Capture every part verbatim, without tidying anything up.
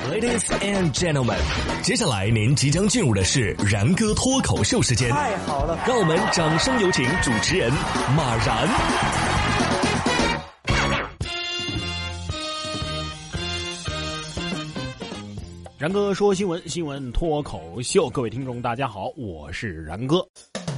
Ladies and gentlemen， 接下来您即将进入的是然哥脱口秀时间。 太好了， 让我们掌声有请主持人马然。 然哥说新闻，新闻脱口秀，各位听众大家好，我是然哥。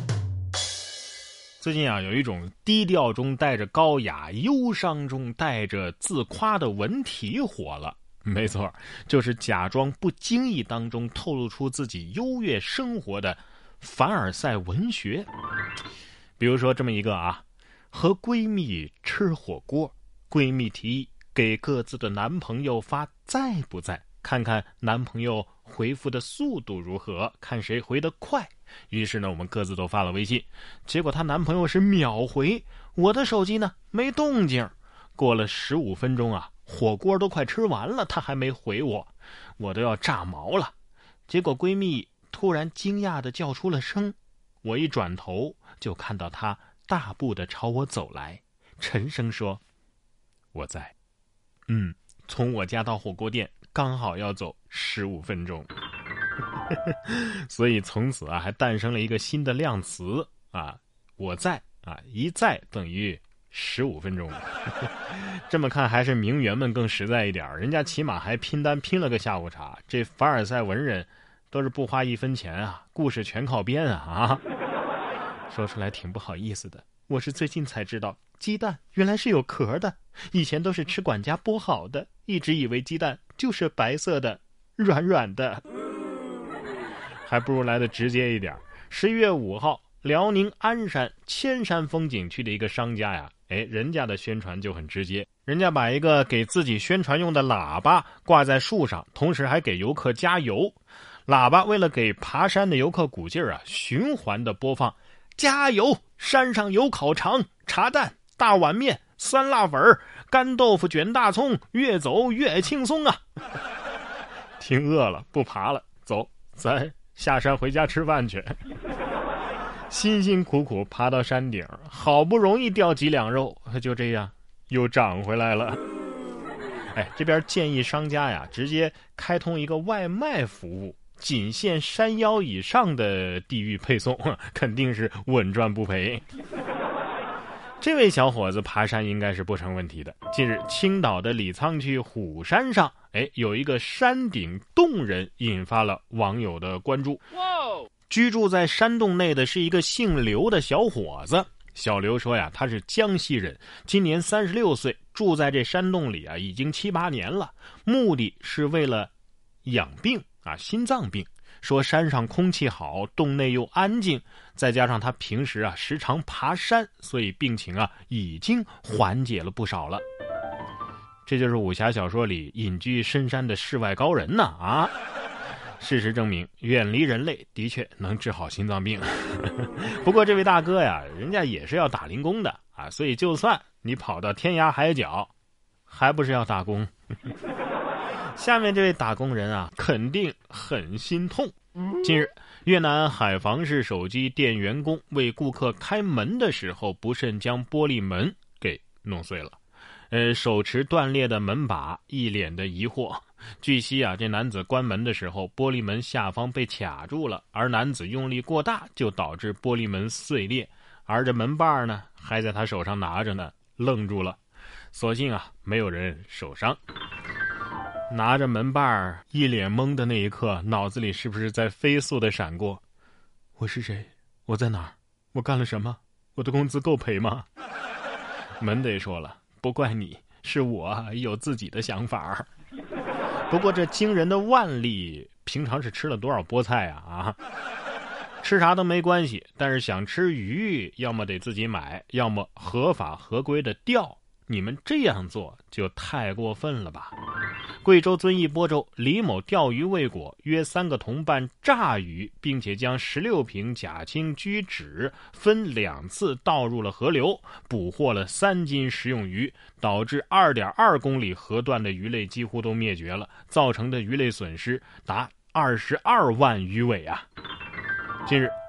最近啊，有一种低调中带着高雅、忧伤中带着自夸的文体火了。没错，就是假装不经意当中透露出自己优越生活的凡尔赛文学。比如说这么一个啊，和闺蜜吃火锅，闺蜜提议给各自的男朋友发在不在，看看男朋友回复的速度如何，看谁回得快。于是呢，我们各自都发了微信，结果她男朋友是秒回，我的手机呢没动静。过了十五分钟啊，火锅都快吃完了，她还没回我，我都要炸毛了。结果闺蜜突然惊讶地叫出了声，我一转头就看到她大步地朝我走来，沉声说：“我在。”嗯，从我家到火锅店刚好要走十五分钟。所以从此啊，还诞生了一个新的量词啊，我在啊，一在等于十五分钟。这么看还是名媛们更实在一点，人家起码还拼单拼了个下午茶，这凡尔赛文人都是不花一分钱啊，故事全靠编啊啊！说出来挺不好意思的，我是最近才知道鸡蛋原来是有壳的，以前都是吃管家剥好的，一直以为鸡蛋就是白色的软软的，还不如来的直接一点。十一月五号，辽宁鞍山千山风景区的一个商家呀，哎，人家的宣传就很直接，人家把一个给自己宣传用的喇叭挂在树上，同时还给游客加油。喇叭为了给爬山的游客鼓劲儿啊，循环的播放加油，山上有烤肠、茶蛋、大碗面、酸辣粉、干豆腐卷大葱，越走越轻松啊！挺饿了，不爬了，走，咱下山回家吃饭去。辛辛苦苦爬到山顶，好不容易掉几两肉，就这样又长回来了。哎，这边建议商家呀，直接开通一个外卖服务，仅限山腰以上的地域配送，肯定是稳赚不赔。这位小伙子爬山应该是不成问题的。近日，青岛的李沧区虎山上，哎，有一个山顶洞人引发了网友的关注。居住在山洞内的是一个姓刘的小伙子。小刘说呀，他是江西人，今年三十六岁，住在这山洞里啊，已经七八年了，目的是为了养病啊，心脏病。说山上空气好，洞内又安静，再加上他平时啊时常爬山，所以病情啊已经缓解了不少了。这就是武侠小说里隐居深山的世外高人呐啊！事实证明，远离人类的确能治好心脏病。不过这位大哥呀，人家也是要打零工的啊，所以就算你跑到天涯海角，还不是要打工。下面这位打工人啊，肯定很心痛。近日，越南海防市手机店员工为顾客开门的时候，不慎将玻璃门给弄碎了。呃，手持断裂的门把，一脸的疑惑。据悉啊，这男子关门的时候，玻璃门下方被卡住了，而男子用力过大，就导致玻璃门碎裂。而这门把呢，还在他手上拿着呢，愣住了。所幸啊，没有人受伤。拿着门把一脸懵的那一刻，脑子里是不是在飞速的闪过，我是谁？我在哪儿？我干了什么？我的工资够赔吗？门得说了，不怪你，是我有自己的想法。不过这惊人的腕力，平常是吃了多少菠菜啊啊！吃啥都没关系，但是想吃鱼，要么得自己买，要么合法合规的钓。你们这样做就太过分了吧！贵州遵义播州李某钓鱼未果，约三个同伴炸鱼，并且将十六瓶甲氢居酯分两次倒入了河流，捕获了三斤食用鱼，导致二点二公里河段的鱼类几乎都灭绝了，造成的鱼类损失达二十二万鱼尾啊！近日，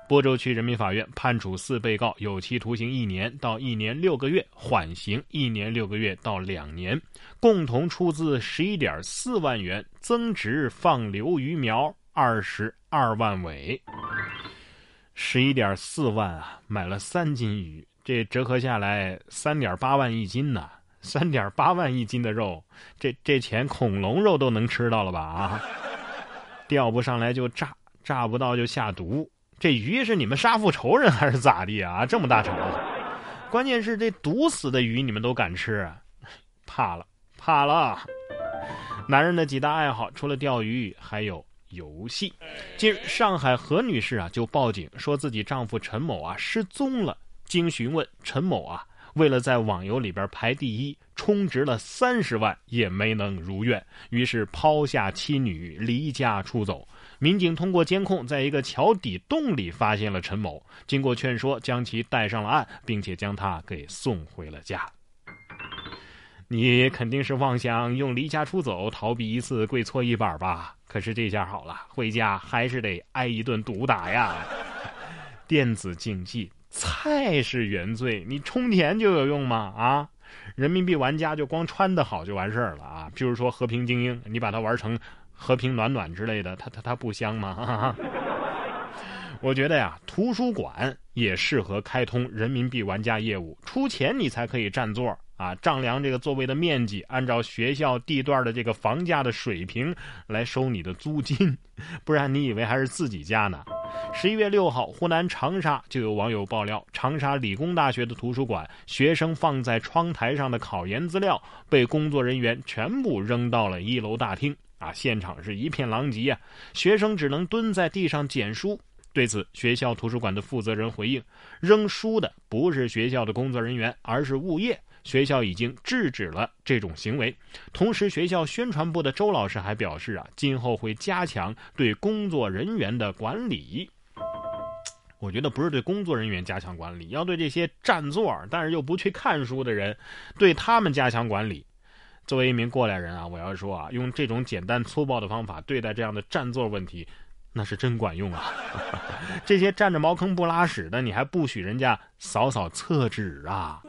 播州区人民法院判处四被告有期徒刑一年到一年六个月，缓刑一年六个月到两年，共同出资十一点四万元，增值放流鱼苗二十二万尾。十一点四万啊，买了三斤鱼，这折合下来三点八万一斤呢、啊。三点八万一斤的肉，这这钱恐龙肉都能吃到了吧啊！钓不上来就炸，炸不到就下毒。这鱼是你们杀父仇人还是咋地啊？这么大仇！关键是这毒死的鱼你们都敢吃啊？怕了，怕了！男人的几大爱好，除了钓鱼，还有游戏。近日，上海何女士啊就报警说自己丈夫陈某啊失踪了。经询问，陈某啊为了在网游里边排第一，充值了三十万也没能如愿，于是抛下妻女离家出走。民警通过监控在一个桥底洞里发现了陈某，经过劝说将其带上了岸，并且将他给送回了家。你肯定是妄想用离家出走逃避一次跪搓衣板吧？可是这下好了，回家还是得挨一顿毒打呀。电子竞技菜是原罪，你充钱就有用吗？啊，人民币玩家就光穿得好就完事儿了啊！譬如说和平精英，你把它玩成和平暖暖之类的，它它它不香吗？我觉得呀，图书馆也适合开通人民币玩家业务，出钱你才可以占座啊，丈量这个座位的面积，按照学校地段的这个房价的水平来收你的租金，不然你以为还是自己家呢？十一月六号，湖南长沙就有网友爆料，长沙理工大学的图书馆，学生放在窗台上的考研资料被工作人员全部扔到了一楼大厅啊，现场是一片狼藉啊，学生只能蹲在地上捡书。对此，学校图书馆的负责人回应，扔书的不是学校的工作人员，而是物业。学校已经制止了这种行为。同时，学校宣传部的周老师还表示啊，今后会加强对工作人员的管理。我觉得不是对工作人员加强管理，要对这些占座但是又不去看书的人，对他们加强管理。作为一名过来人啊，我要说啊，用这种简单粗暴的方法对待这样的占座问题，那是真管用啊！这些占着茅坑不拉屎的，你还不许人家扫扫厕纸啊？